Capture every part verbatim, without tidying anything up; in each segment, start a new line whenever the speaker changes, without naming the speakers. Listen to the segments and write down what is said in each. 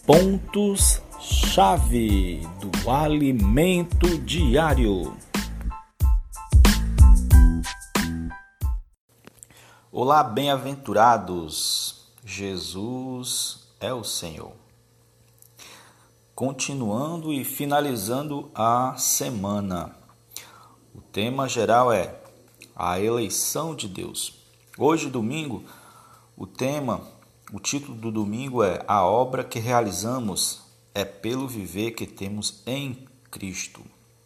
Pontos-chave do alimento diário. Olá, bem-aventurados! Jesus é o Senhor. Continuando e finalizando a semana. O tema geral é a eleição de Deus. Hoje, domingo, o tema, o título do domingo é A obra que realizamos é pelo viver que temos em Cristo.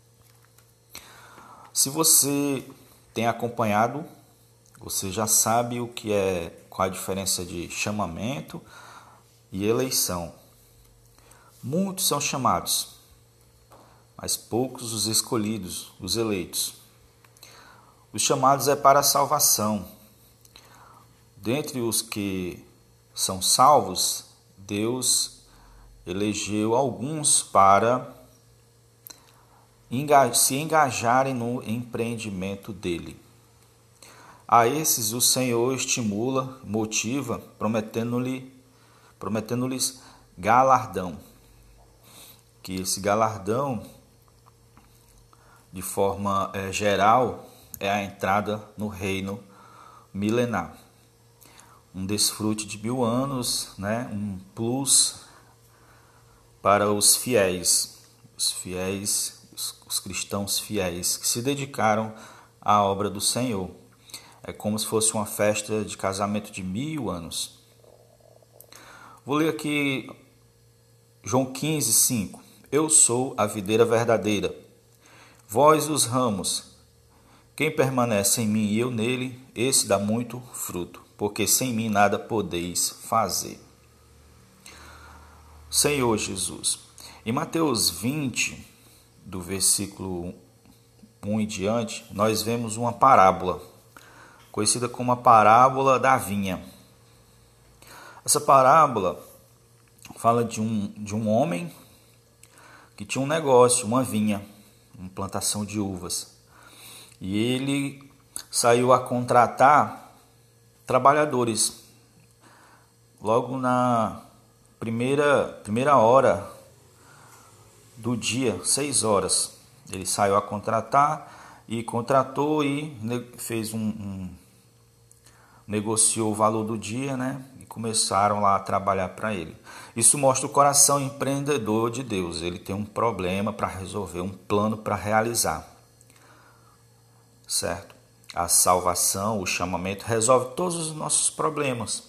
Se você tem acompanhado, você já sabe o que é, qual a diferença de chamamento e eleição. Muitos são chamados, mas poucos os escolhidos, os eleitos. Os chamados é para a salvação. Dentre os que são salvos, Deus elegeu alguns para se engajarem no empreendimento dele. A esses o Senhor estimula, motiva, prometendo-lhe, prometendo-lhes galardão. Que esse galardão, de forma é, geral, é a entrada no reino milenar. Um desfrute de mil anos, né? Um plus para os fiéis, os fiéis, os, os cristãos fiéis que se dedicaram à obra do Senhor. É como se fosse uma festa de casamento de mil anos. Vou ler aqui João quinze, cinco. Eu sou a videira verdadeira, vós os ramos. Quem permanece em mim e eu nele, esse dá muito fruto, porque sem mim nada podeis fazer. Senhor Jesus. Em Mateus vinte, do versículo um em diante, nós vemos uma parábola, conhecida como a parábola da vinha. Essa parábola fala de um, de um homem que tinha um negócio, uma vinha, uma plantação de uvas. E ele saiu a contratar trabalhadores. Logo na primeira, primeira hora do dia, seis horas, ele saiu a contratar e contratou e fez um, um negociou o valor do dia, né? E começaram lá a trabalhar para ele. Isso mostra o coração empreendedor de Deus. Ele tem um problema para resolver, um plano para realizar. Certo? A salvação, o chamamento resolve todos os nossos problemas.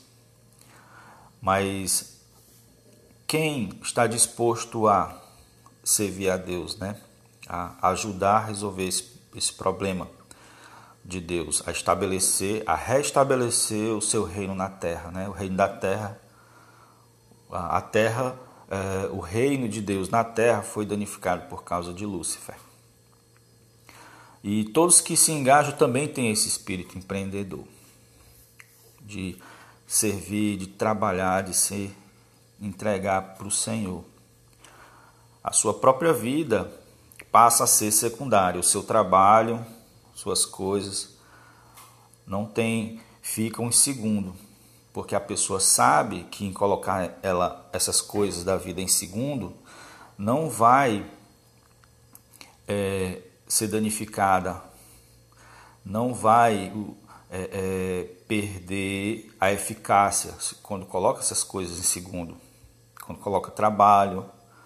Mas quem está disposto a servir a Deus, né? A ajudar a resolver esse, esse problema de Deus, a estabelecer, a restabelecer o seu reino na terra, né? O reino da terra, a terra, é, o reino de Deus na terra foi danificado por causa de Lúcifer. E todos que se engajam também têm esse espírito empreendedor, de servir, de trabalhar, de se entregar para o Senhor. A sua própria vida passa a ser secundária, o seu trabalho, suas coisas não tem, ficam em segundo, porque a pessoa sabe que em colocar ela, essas coisas da vida em segundo, não vai é, ser danificada, não vai é, é, perder a eficácia quando coloca essas coisas em segundo, quando coloca trabalho,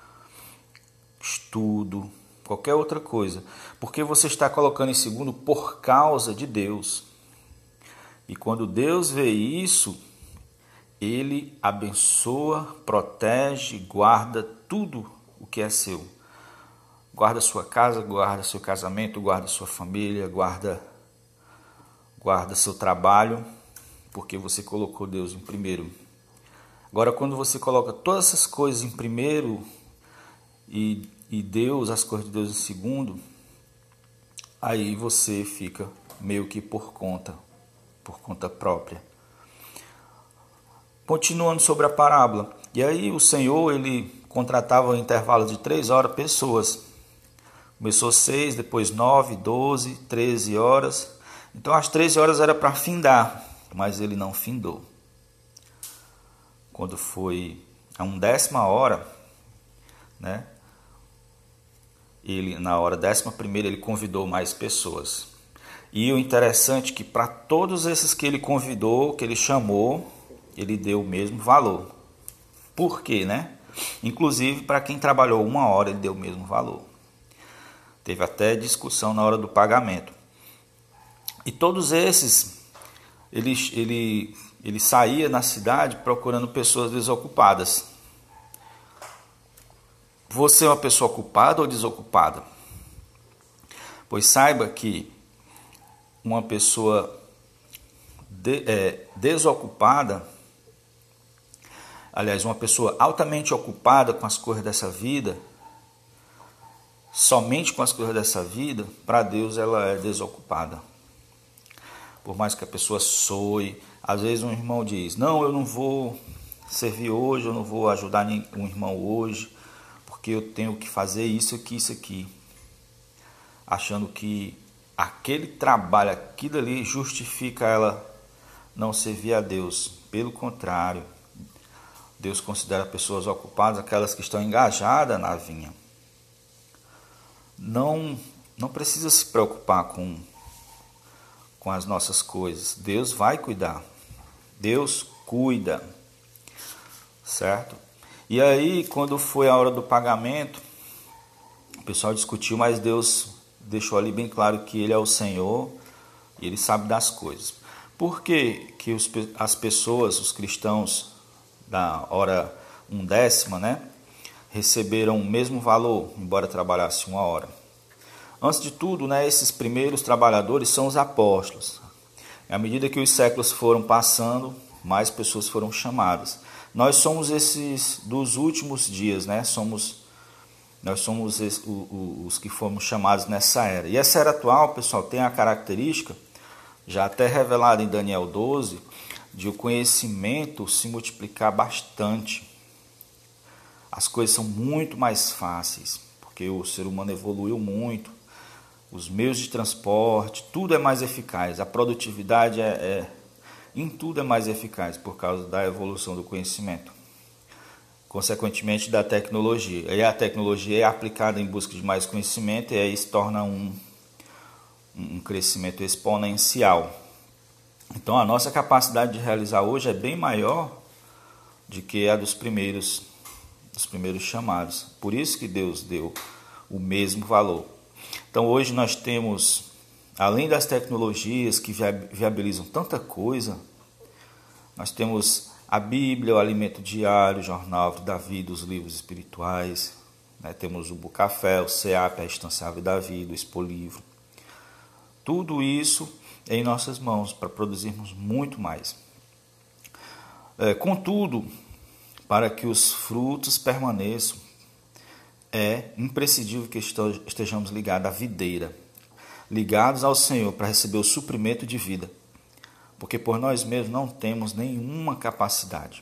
estudo, qualquer outra coisa, porque você está colocando em segundo por causa de Deus. E quando Deus vê isso, Ele abençoa, protege, guarda tudo o que é seu. Guarda sua casa, guarda seu casamento, guarda sua família, guarda, guarda seu trabalho, porque você colocou Deus em primeiro. Agora, quando você coloca todas essas coisas em primeiro e e Deus, as coisas de Deus em segundo, aí você fica meio que por conta, por conta própria. Continuando sobre a parábola, e aí o Senhor, ele contratava em intervalo de três horas pessoas. Começou seis, depois nove, doze, treze horas. Então às treze horas era para findar, mas ele não findou. Quando foi a undécima hora, né? Ele, na hora décima primeira, ele convidou mais pessoas. E o interessante é que para todos esses que ele convidou, que ele chamou, ele deu o mesmo valor. Por quê, né? Inclusive, para quem trabalhou uma hora, ele deu o mesmo valor. Teve até discussão na hora do pagamento. E todos esses, ele, ele, ele saía na cidade procurando pessoas desocupadas. Você é uma pessoa ocupada ou desocupada? Pois saiba que uma pessoa de, é, desocupada, aliás, uma pessoa altamente ocupada com as coisas dessa vida, somente com as coisas dessa vida, para Deus ela é desocupada. Por mais que a pessoa soe, às vezes um irmão diz, não, eu não vou servir hoje, eu não vou ajudar um irmão hoje, porque eu tenho que fazer isso aqui, isso aqui. Achando que aquele trabalho, aquilo ali justifica ela não servir a Deus. Pelo contrário, Deus considera pessoas ocupadas aquelas que estão engajadas na vinha. Não, não precisa se preocupar com, com as nossas coisas. Deus vai cuidar. Deus cuida. Certo? E aí, quando foi a hora do pagamento, o pessoal discutiu, mas Deus deixou ali bem claro que Ele é o Senhor e Ele sabe das coisas. Por que, que os, as pessoas, os cristãos da hora undécima, né, receberam o mesmo valor, embora trabalhassem uma hora? Antes de tudo, né, esses primeiros trabalhadores são os apóstolos. À medida que os séculos foram passando, mais pessoas foram chamadas. Nós somos esses dos últimos dias, né? Somos, nós somos os, os que fomos chamados nessa era. E essa era atual, pessoal, tem a característica, já até revelada em Daniel doze, de o conhecimento se multiplicar bastante. As coisas são muito mais fáceis, porque o ser humano evoluiu muito. Os meios de transporte, tudo é mais eficaz. A produtividade é... é em tudo é mais eficaz por causa da evolução do conhecimento, consequentemente da tecnologia. E a tecnologia é aplicada em busca de mais conhecimento e aí se torna um, um crescimento exponencial. Então a nossa capacidade de realizar hoje é bem maior do que a dos primeiros, dos primeiros chamados. Por isso que Deus deu o mesmo valor. Então hoje nós temos, além das tecnologias que viabilizam tanta coisa, nós temos a Bíblia, o alimento diário, o jornal de Davi, dos livros espirituais, né? Temos o Bucafé, o SEAP, a Estância Ave da Vida, o Expolivro. Tudo isso é em nossas mãos para produzirmos muito mais. É, contudo, para que os frutos permaneçam, é imprescindível que estejamos ligados à videira, ligados ao Senhor para receber o suprimento de vida, porque por nós mesmos não temos nenhuma capacidade,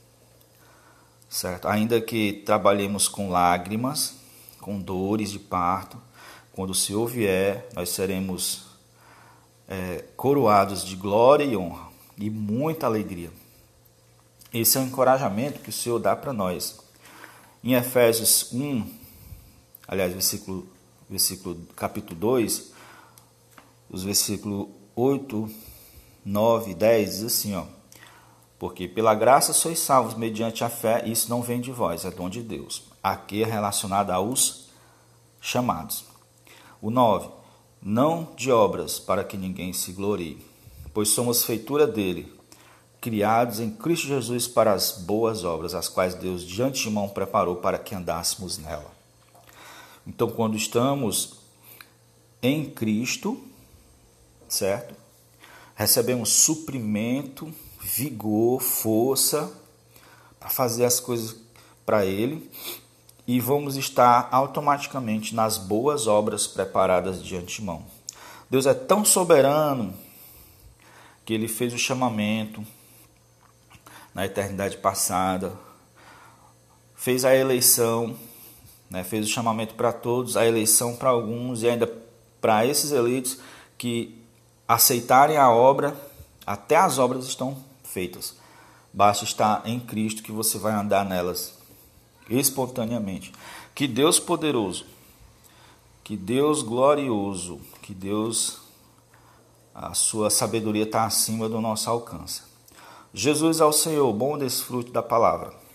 certo? Ainda que trabalhemos com lágrimas, com dores de parto, quando o Senhor vier, nós seremos é, coroados de glória e honra e muita alegria. Esse é o encorajamento que o Senhor dá para nós. Em Efésios um, aliás, versículo, versículo, capítulo dois, os versículos oito, nove e dez, diz assim, ó: porque pela graça sois salvos mediante a fé, e isso não vem de vós, é dom de Deus. Aqui é relacionado aos chamados. O nove, não de obras, para que ninguém se glorie, pois somos feitura dele, criados em Cristo Jesus para as boas obras, as quais Deus de antemão preparou para que andássemos nela. Então, quando estamos em Cristo, certo? Recebemos suprimento, vigor, força para fazer as coisas para Ele e vamos estar automaticamente nas boas obras preparadas de antemão. Deus é tão soberano que Ele fez o chamamento na eternidade passada, fez a eleição, né, fez o chamamento para todos, a eleição para alguns e ainda para esses eleitos que aceitarem a obra, até as obras estão feitas. Basta estar em Cristo que você vai andar nelas espontaneamente. Que Deus poderoso, que Deus glorioso, que Deus, a sua sabedoria está acima do nosso alcance. Jesus ao Senhor, bom desfrute da palavra.